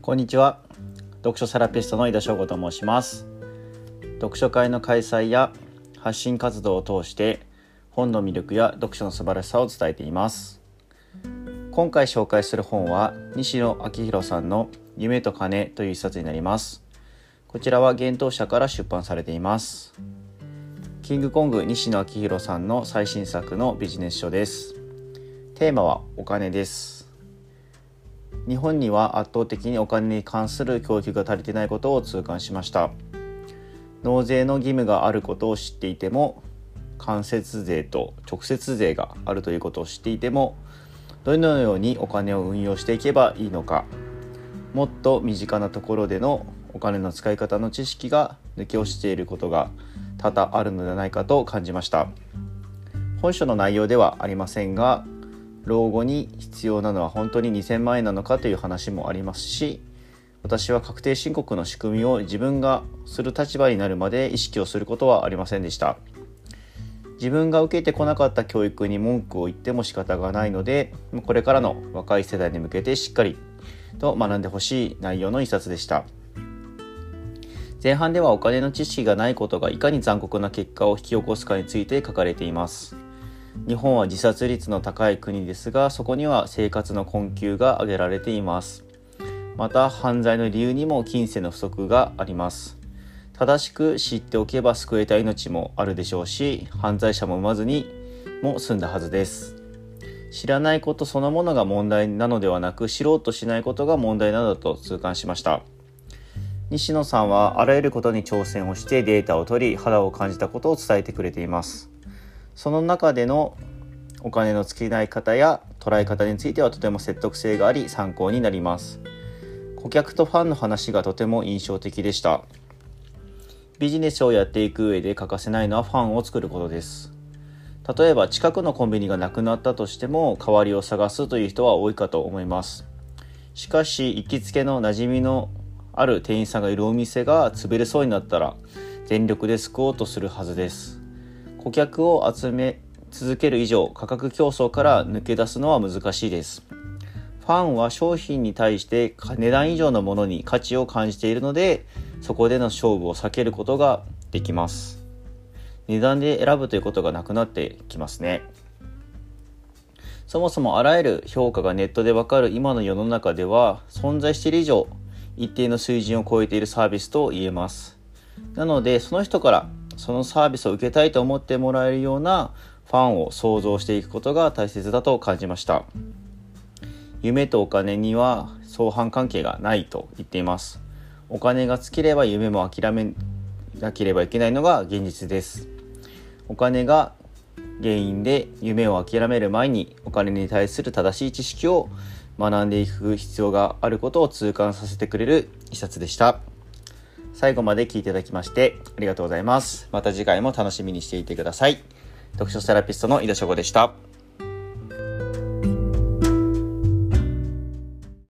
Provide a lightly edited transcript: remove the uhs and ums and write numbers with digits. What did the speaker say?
こんにちは。読書セラピストの井田翔吾と申します。読書会の開催や発信活動を通して本の魅力や読書の素晴らしさを伝えています。今回紹介する本は西野昭弘さんの夢と金という一冊になります。こちらは幻冬舎から出版されています。キングコング西野昭弘さんの最新作のビジネス書です。テーマはお金です。日本には圧倒的にお金に関する教育が足りていないことを痛感しました。納税の義務があることを知っていても、間接税と直接税があるということを知っていても、どのようにお金を運用していけばいいのか、もっと身近なところでのお金の使い方の知識が抜け落ちていることが多々あるのではないかと感じました。本書の内容ではありませんが、老後に必要なのは本当に2000万円なのかという話もありますし、私は確定申告の仕組みを自分がする立場になるまで意識をすることはありませんでした。自分が受けてこなかった教育に文句を言っても仕方がないので、これからの若い世代に向けてしっかりと学んでほしい内容の一冊でした。前半ではお金の知識がないことがいかに残酷な結果を引き起こすかについて書かれています。日本は自殺率の高い国ですが、そこには生活の困窮が挙げられています。また犯罪の理由にも金銭の不足があります。正しく知っておけば救えた命もあるでしょうし、犯罪者も生まずにも済んだはずです。知らないことそのものが問題なのではなく、知ろうとしないことが問題なのだと痛感しました。西野さんはあらゆることに挑戦をしてデータを取り、肌を感じたことを伝えてくれています。その中でのお金の付き合い方や捉え方についてはとても説得性があり参考になります。顧客とファンの話がとても印象的でした。ビジネスをやっていく上で欠かせないのはファンを作ることです。例えば近くのコンビニがなくなったとしても代わりを探すという人は多いかと思います。しかし行きつけの馴染みのある店員さんがいるお店が潰れそうになったら全力で救おうとするはずです。顧客を集め続ける以上、価格競争から抜け出すのは難しいです。ファンは商品に対して値段以上のものに価値を感じているので、そこでの勝負を避けることができます。値段で選ぶということがなくなってきますね。そもそもあらゆる評価がネットでわかる今の世の中では、存在している以上一定の水準を超えているサービスと言えます。なのでその人からそのサービスを受けたいと思ってもらえるようなファンを創造していくことが大切だと感じました。夢とお金には相反関係がないと言っています。お金が尽きれば夢も諦めなければいけないのが現実です。お金が原因で夢を諦める前にお金に対する正しい知識を学んでいく必要があることを痛感させてくれる一冊でした。最後まで聞いていただきましてありがとうございます。また次回も楽しみにしていてください。読書セラピストの井田翔吾でした。